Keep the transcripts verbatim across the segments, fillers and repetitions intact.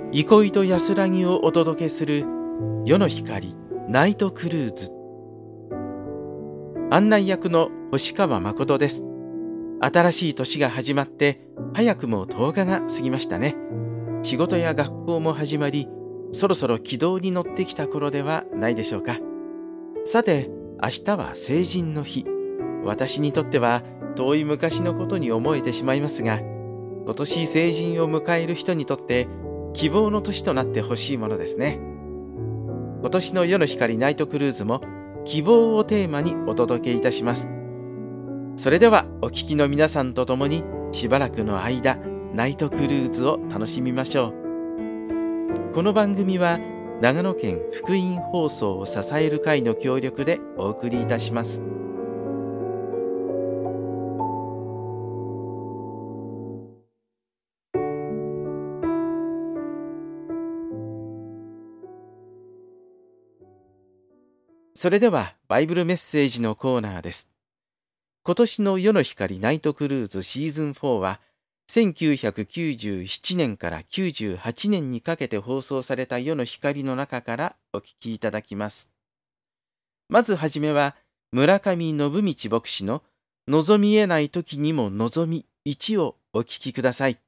憩いと安らぎをお届けする夜の光ナイトクルーズ。案内役の星川誠です。新しい年が始まって早くもとおかが過ぎましたね。仕事や学校も始まり、そろそろ軌道に乗ってきた頃ではないでしょうか。さて、明日は成人の日。私にとっては遠い昔のことに思えてしまいますが、今年成人を迎える人にとって希望の年となってほしいものですね。今年の夜の光ナイトクルーズも希望をテーマにお届けいたします。それではお聞きの皆さんと共にしばらくの間ナイトクルーズを楽しみましょう。この番組は長野県福音放送を支える会の協力でお送りいたします。それではバイブルメッセージのコーナーです。今年の夜の光ナイトクルーズシーズンフォーはせんきゅうひゃくきゅうじゅうななねんからきゅうじゅうはちねんにかけて放送された夜の光の中からお聞きいただきます。まずはじめは村上信道牧師の望みえない時にも望みいちをお聞きください。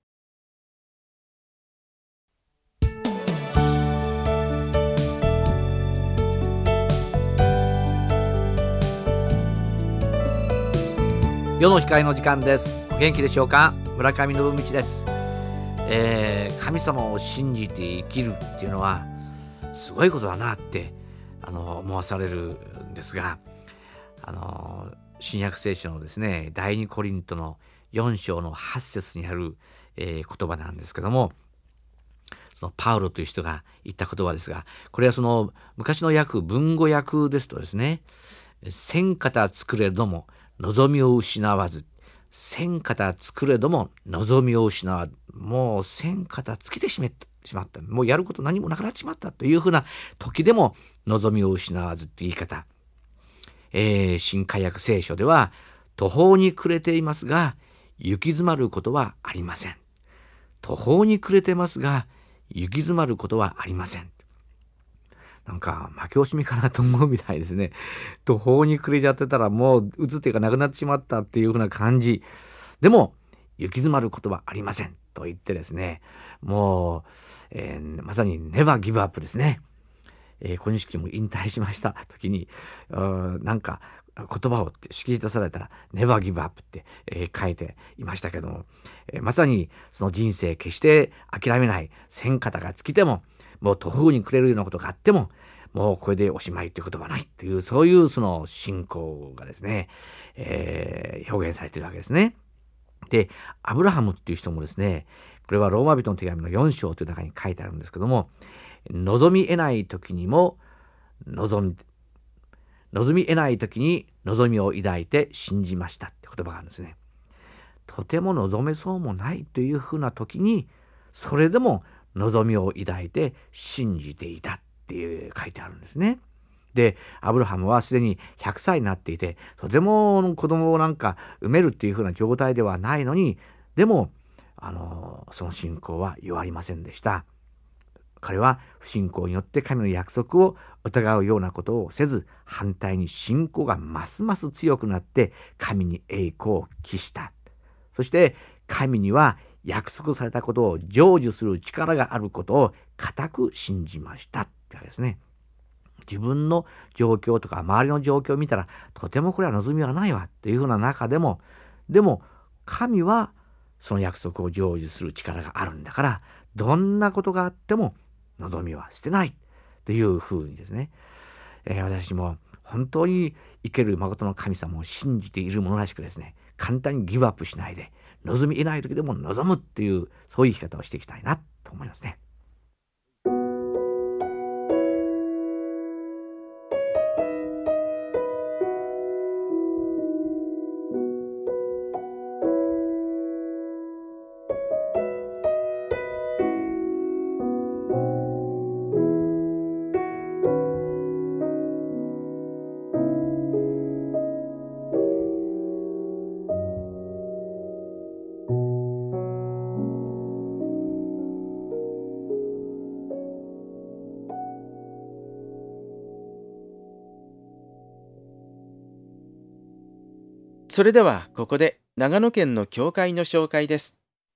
夜の光の時間です。お元気でしょうか。村上信道です、えー、神様を信じて生きるっていうのはすごいことだなってあの思わされるんですが、あの新約聖書のですね第二コリントのよん章のはち節にある、えー、言葉なんですけども、そのパウロという人が言った言葉ですが、これはその昔の訳文語訳ですとですね、千型作れども望みを失わず、千型作れども望みを失わず、もう千型尽きてしまった、もうやること何もなくなってしまったというふうな時でも望みを失わずって言い方、えー、新海訳聖書では途方に暮れていますが行き詰まることはありません。途方に暮れてますが行き詰まることはありません。なんか負け惜しみかなと思うみたいですね。途方に暮れちゃってたらもう打つ手がなくなってしまったっていう風な感じ。でも行き詰まることはありませんと言ってですね、もう、えー、まさにネバーギブアップですね。えー、小錦も引退しました時になんか言葉を敷き出されたらネバーギブアップって、えー、書いていましたけども、えー、まさにその人生決して諦めない、千肩が尽きてももう途方に暮れるようなことがあってももうこれでおしまいということはないという、そういうその信仰がですね、えー、表現されているわけですね。で、アブラハムっていう人もですね、これはローマ人の手紙のよん章という中に書いてあるんですけども、望み得ない時にも望み望み得ない時に望みを抱いて信じましたって言葉があるんですね。とても望めそうもないというふうな時にそれでも望みを抱いて信じていたっていう書いてあるんですね。で、アブラハムはすでにひゃくさいになっていて、とても子供をなんか産めるっていうふうな状態ではないのに、でもあのその信仰は弱りませんでした。彼は不信仰によって神の約束を疑うようなことをせず、反対に信仰がますます強くなって神に栄光を期した。そして神には約束されたことを成就する力があることを固く信じましたってわけですね。自分の状況とか周りの状況を見たらとてもこれは望みはないわっていうふうな中でも、でも神はその約束を成就する力があるんだから、どんなことがあっても望みは捨てないというふうにですね、えー、私も本当に生ける誠の神様を信じている者らしくですね、簡単にギブアップしないで望み得ない時でも望むっていう、そういう生き方をしていきたいなと思いますね。 それではここで長野県の教会の紹介です。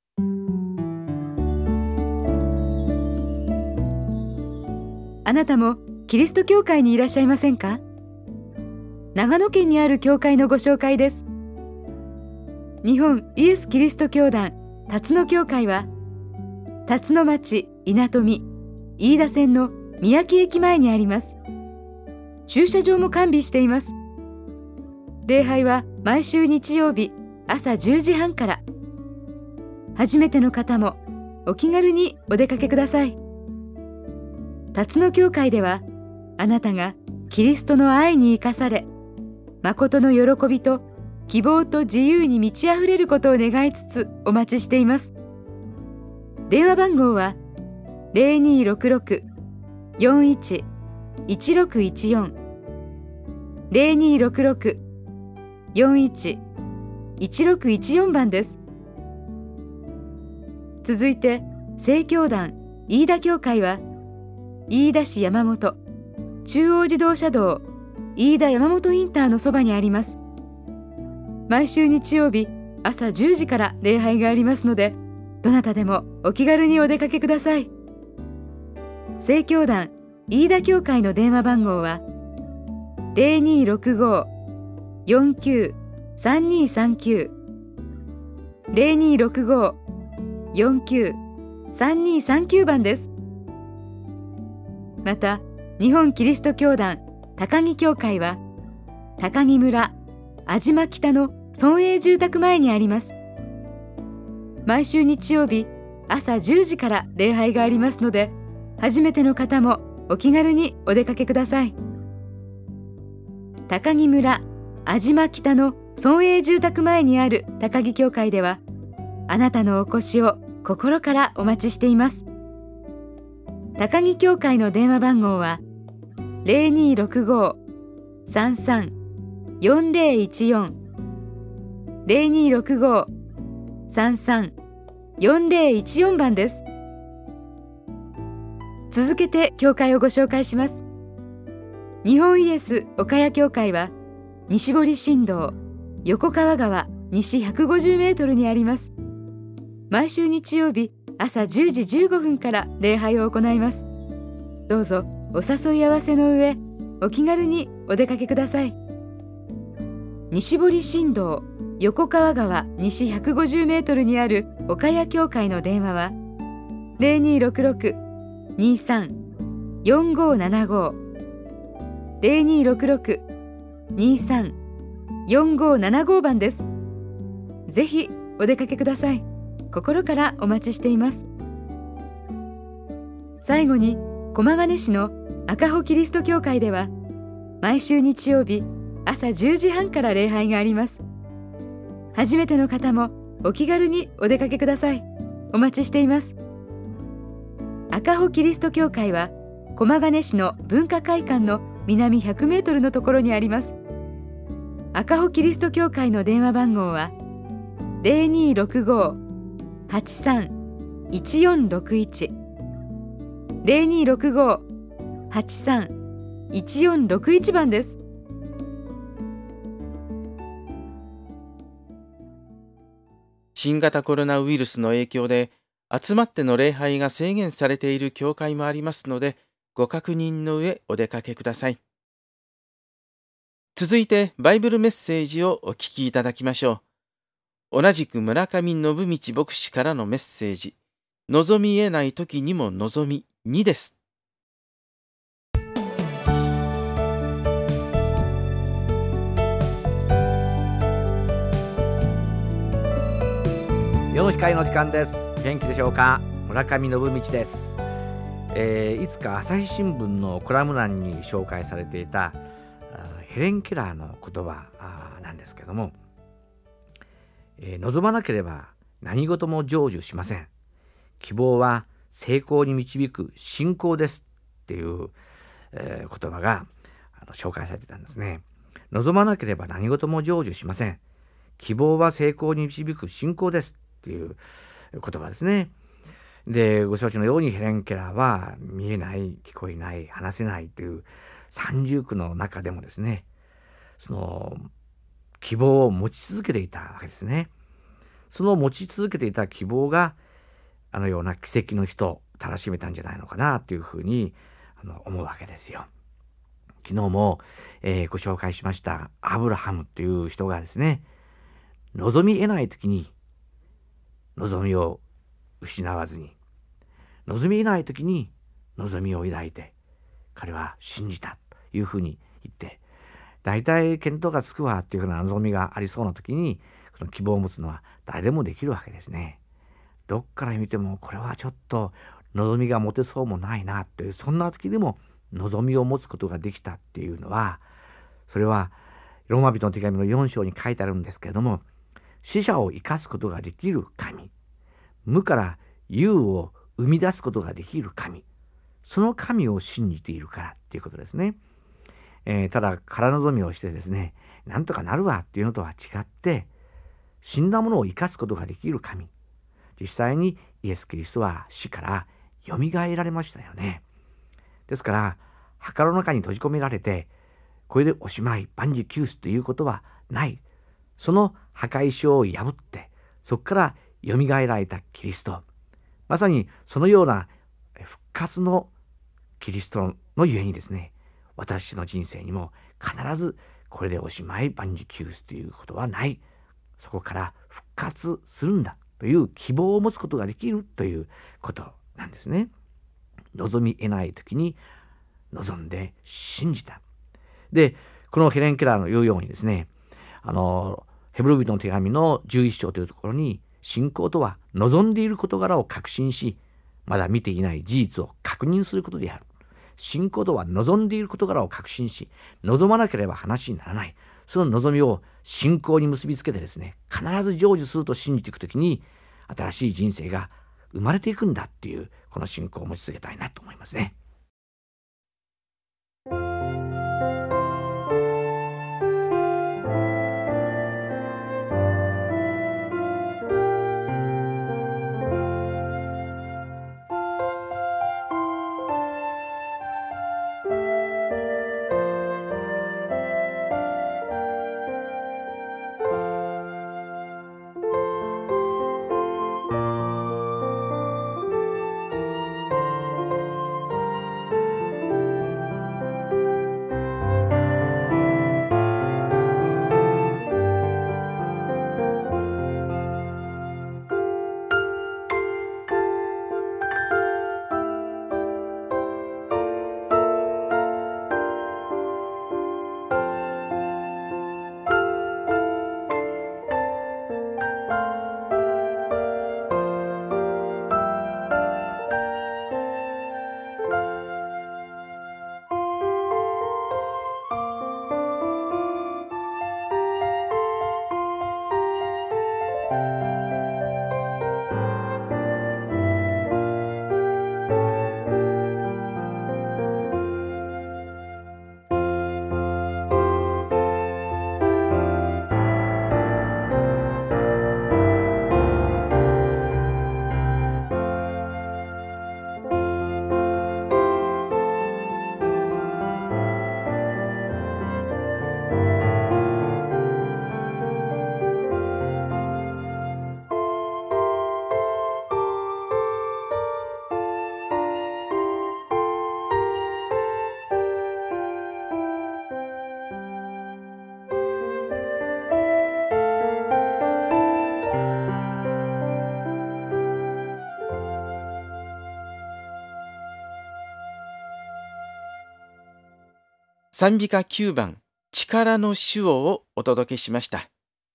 あなたもキリスト教会にいらっしゃいませんか？長野県にある教会のご紹介です。日本イエス・キリスト教団辰野教会は、辰野町稲富飯田線の宮城駅前にあります。駐車場も完備しています。礼拝は毎週日曜日朝じゅうじはんから。初めての方もお気軽にお出かけください。辰野教会では、あなたがキリストの愛に生かされ、誠の喜びと希望と自由に満ち溢れることを願いつつお待ちしています。電話番号は ゼロにーろくろく よんいち いちろくいちよん ゼロにーろくろく よんいち いちろくいちよん番です。続いて正教団飯田教会は、飯田市山本中央自動車道飯田山本インターのそばにあります。毎週日曜日朝じゅうじから礼拝がありますので、どなたでもお気軽にお出かけください。正教団飯田教会の電話番号は ゼロにーろくご よんきゅう さんにーさんきゅう ゼロにーろくご よんきゅう さんにーさんきゅう番です。また、日本キリスト教団高木教会は、高木村安島北の村営住宅前にあります。毎週日曜日朝じゅうじから礼拝がありますので、初めての方もお気軽にお出かけください。高木村安島北の村営住宅前にある高木教会では、あなたのお越しを心からお待ちしています。高木教会の電話番号は ゼロにーろくご さんさん よんゼロいちよん ゼロにーろくご さんさん よんゼロいちよん番です。続けて教会をご紹介します。日本イエス岡谷教会は、西堀新道横川川西ひゃくごじゅうメートルにあります。毎週日曜日朝じゅうじじゅうごふんから礼拝を行います。どうぞお誘い合わせの上、お気軽にお出かけください。西堀新道横川川西ひゃくごじゅうメートルにある岡谷教会の電話は ゼロにーろくろく にーさん よんごーななご ゼロにーろくろく にーさん よんごーななご番です。ぜひお出かけください。心からお待ちしています。最後に、駒ヶ根市の赤穂キリスト教会では、毎週日曜日朝じゅうじはんから礼拝があります。初めての方もお気軽にお出かけください。お待ちしています。赤穂キリスト教会は、駒ヶ根市の文化会館の南ひゃくメートルのところにあります。赤穂キリスト教会の電話番号は ゼロにーろくご はちさん いちよんろくいち ゼロにーろくご はちさん いちよんろくいち番です。 新型コロナウイルスの影響で集まっての礼拝が制限されている教会もありますので、ご確認の上お出かけください。続いてバイブルメッセージをお聞きいただきましょう。同じく村上信道牧師からのメッセージ、望み得ない時にも望みにです。 世の光の時間です。元気でしょうか。村上信道です。えー、いつか朝日新聞のコラム欄に紹介されていたヘレン・ケラーの言葉なんですけども、えー、望まなければ何事も成就しません。希望は成功に導く信仰ですっていう、えー、言葉があの紹介されてたんですね。望まなければ何事も成就しません。希望は成功に導く信仰ですっていう言葉ですね。で、ご承知のようにヘレン・ケラーは見えない、聞こえない、話せないという三重苦の中でもですね、その希望を持ち続けていたわけですね。その持ち続けていた希望があのような奇跡の人をたらしめたんじゃないのかなというふうにあの思うわけですよ。昨日も、えー、ご紹介しましたアブラハムという人がですね、望み得ない時に望みを失わずに、望み得ない時に望みを抱いて、彼は信じたというふうに言って、大体見当がつくわっていうふうな望みがありそうな時に、その希望を持つのは誰でもできるわけですね。どっから見てもこれはちょっと望みが持てそうもないなという、そんな時でも望みを持つことができたっていうのは、それはローマ人の手紙のよん章に書いてあるんですけれども、死者を生かすことができる神、無から有を生み出すことができる神、その神を信じているからっていうことですね。えー、ただ空望みをしてですね、なんとかなるわっていうのとは違って、死んだものを生かすことができる神、実際にイエス・キリストは死からよみがえられましたよね。ですから墓の中に閉じ込められて、これでおしまい、万事休すということはない。その墓石を破って、そこからよみがえられたキリスト、まさにそのような復活のキリストのゆえにですね、私の人生にも必ずこれでおしまい、万事休すということはない。そこから復活するんだという希望を持つことができるということなんですね。望み得ない時に望んで信じた。で、このヘレン・ケラーの言うようにですね、あのヘブル人の手紙のじゅういち章というところに、信仰とは望んでいる事柄を確信し、まだ見ていない事実を確認することである。信仰とは望んでいる事柄を確信し、望まなければ話にならない。その望みを信仰に結びつけてですね、必ず成就すると信じていくときに、新しい人生が生まれていくんだっていう、この信仰を持ち続けたいなと思いますね。 賛美歌きゅうばん、力の主ををお届けしました。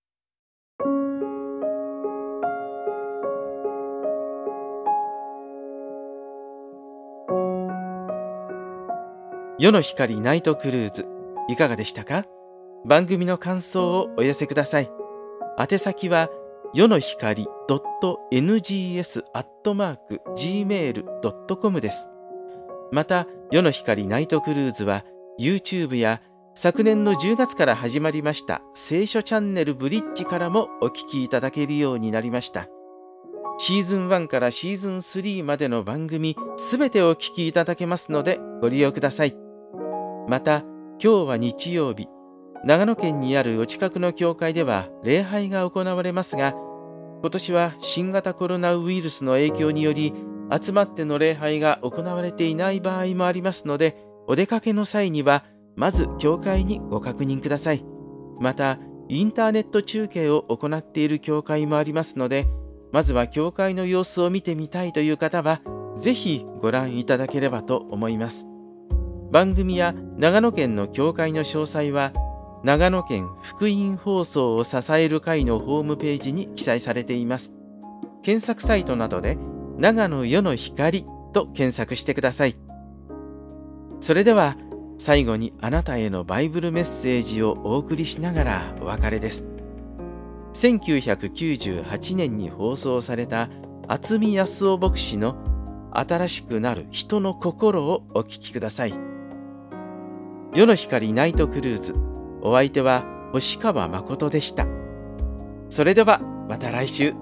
夜の光ナイトクルーズ、いかがでしたか？番組の感想をお寄せください。宛先は夜の光 .ns アットマーク ジーメール ドットコム です。また、夜の光ナイトクルーズはYouTube や昨年のじゅうがつから始まりました聖書チャンネルブリッジからもお聞きいただけるようになりました。シーズンワンからシーズンスリーまでの番組すべてお聞きいただけますのでご利用ください。また、今日は日曜日、 長野県にあるお近くの教会では礼拝が行われますが、今年は新型コロナウイルスの影響により集まっての礼拝が行われていない場合もありますので、お出かけの際にはまず教会にご確認ください。またインターネット中継を行っている教会もありますので、まずは教会の様子を見てみたいという方はぜひご覧いただければと思います。番組や長野県の教会の詳細は長野県福音放送を支える会のホームページに記載されています。検索サイトなどで長野世の光と検索してください。それでは最後にあなたへのバイブルメッセージをお送りしながらお別れです。せんきゅうひゃくきゅうじゅうはちねんに放送された渥美康夫牧師の新しくなる人の心をお聞きください。世の光ナイトクルーズ、お相手は星川誠でした。それではまた来週。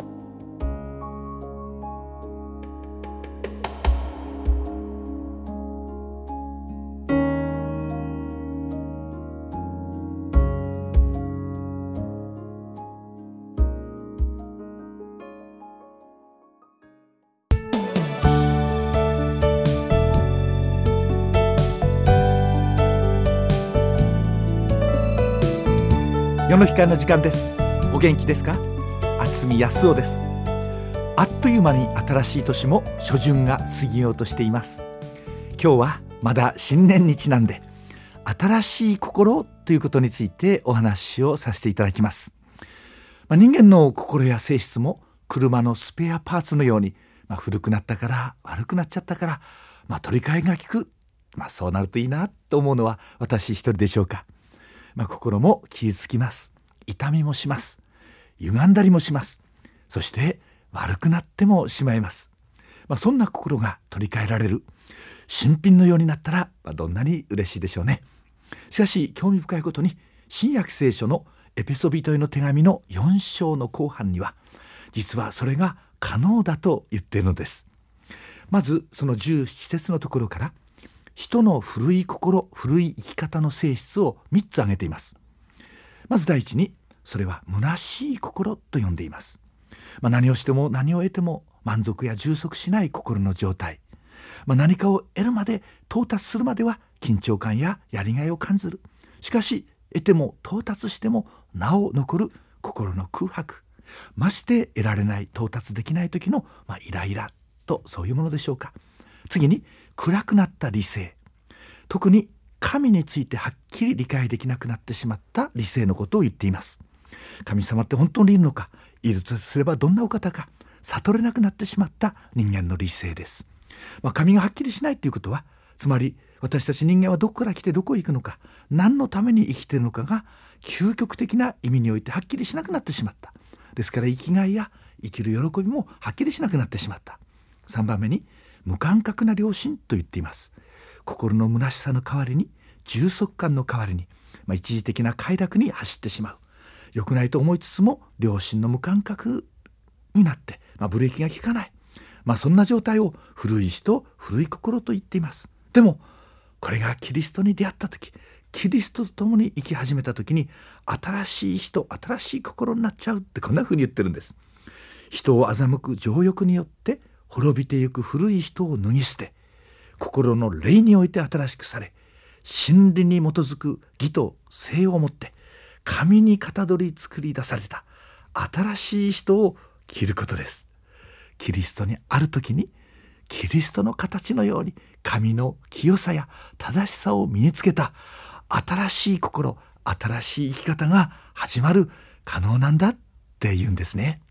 世の光の時間です。お元気ですか？渥美康夫です。あっという間に新しい年も初旬が過ぎようとしています。今日はまだ新年にちなんで新しい心ということについてお話をさせていただきます。まあ、人間の心や性質も車のスペアパーツのように、まあ、古くなったから悪くなっちゃったから、まあ、取り替えが効く、まあ、そうなるといいなと思うのは私一人でしょうか。まあ、心も傷つきます。痛みもします。歪んだりもします。そして悪くなってもしまいます。まあ、そんな心が取り替えられる新品のようになったら、まあ、どんなに嬉しいでしょうね。しかし興味深いことに、新約聖書のエペソビトへの手紙のよん章の後半には実はそれが可能だと言っているのです。まずそのじゅうなな節のところから、人の古い心、古い生き方の性質をみっつ挙げています。まず第一に、それは虚しい心と呼んでいます。まあ、何をしても何を得ても満足や充足しない心の状態。まあ、何かを得るまで、到達するまでは緊張感ややりがいを感じる。しかし得ても到達してもなお残る心の空白。まして得られない、到達できない時の、まあ、イライラと、そういうものでしょうか。次に暗くなった理性、特に神についてはっきり理解できなくなってしまった理性のことを言っています。神様って本当にいるのか、いるとすればどんなお方か悟れなくなってしまった人間の理性です。まあ、神がはっきりしないということは、つまり私たち人間はどこから来てどこへ行くのか、何のために生きているのかが究極的な意味においてはっきりしなくなってしまった。ですから生きがいや生きる喜びもはっきりしなくなってしまった。さんばんめに無感覚な良心と言っています。心の虚しさの代わりに、充足感の代わりに、まあ、一時的な快楽に走ってしまう。良くないと思いつつも良心の無感覚になって、まあ、ブレーキが効かない、まあ、そんな状態を古い人、古い心と言っています。でもこれがキリストに出会った時、キリストと共に生き始めた時に、新しい人、新しい心になっちゃうって、こんな風に言ってるんです。人を欺く情欲によって滅びてゆく古い人を脱ぎ捨て、心の霊において新しくされ、真理に基づく義と聖をもって神にかたどり作り出された新しい人を着ることです。キリストにある時に、キリストの形のように神の清さや正しさを身につけた新しい心、新しい生き方が始まる可能なんだって言うんですね。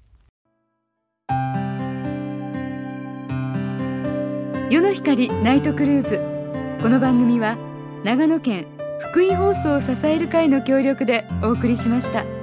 世の光ナイトクルーズ。この番組は長野県福音放送を支える会の協力でお送りしました。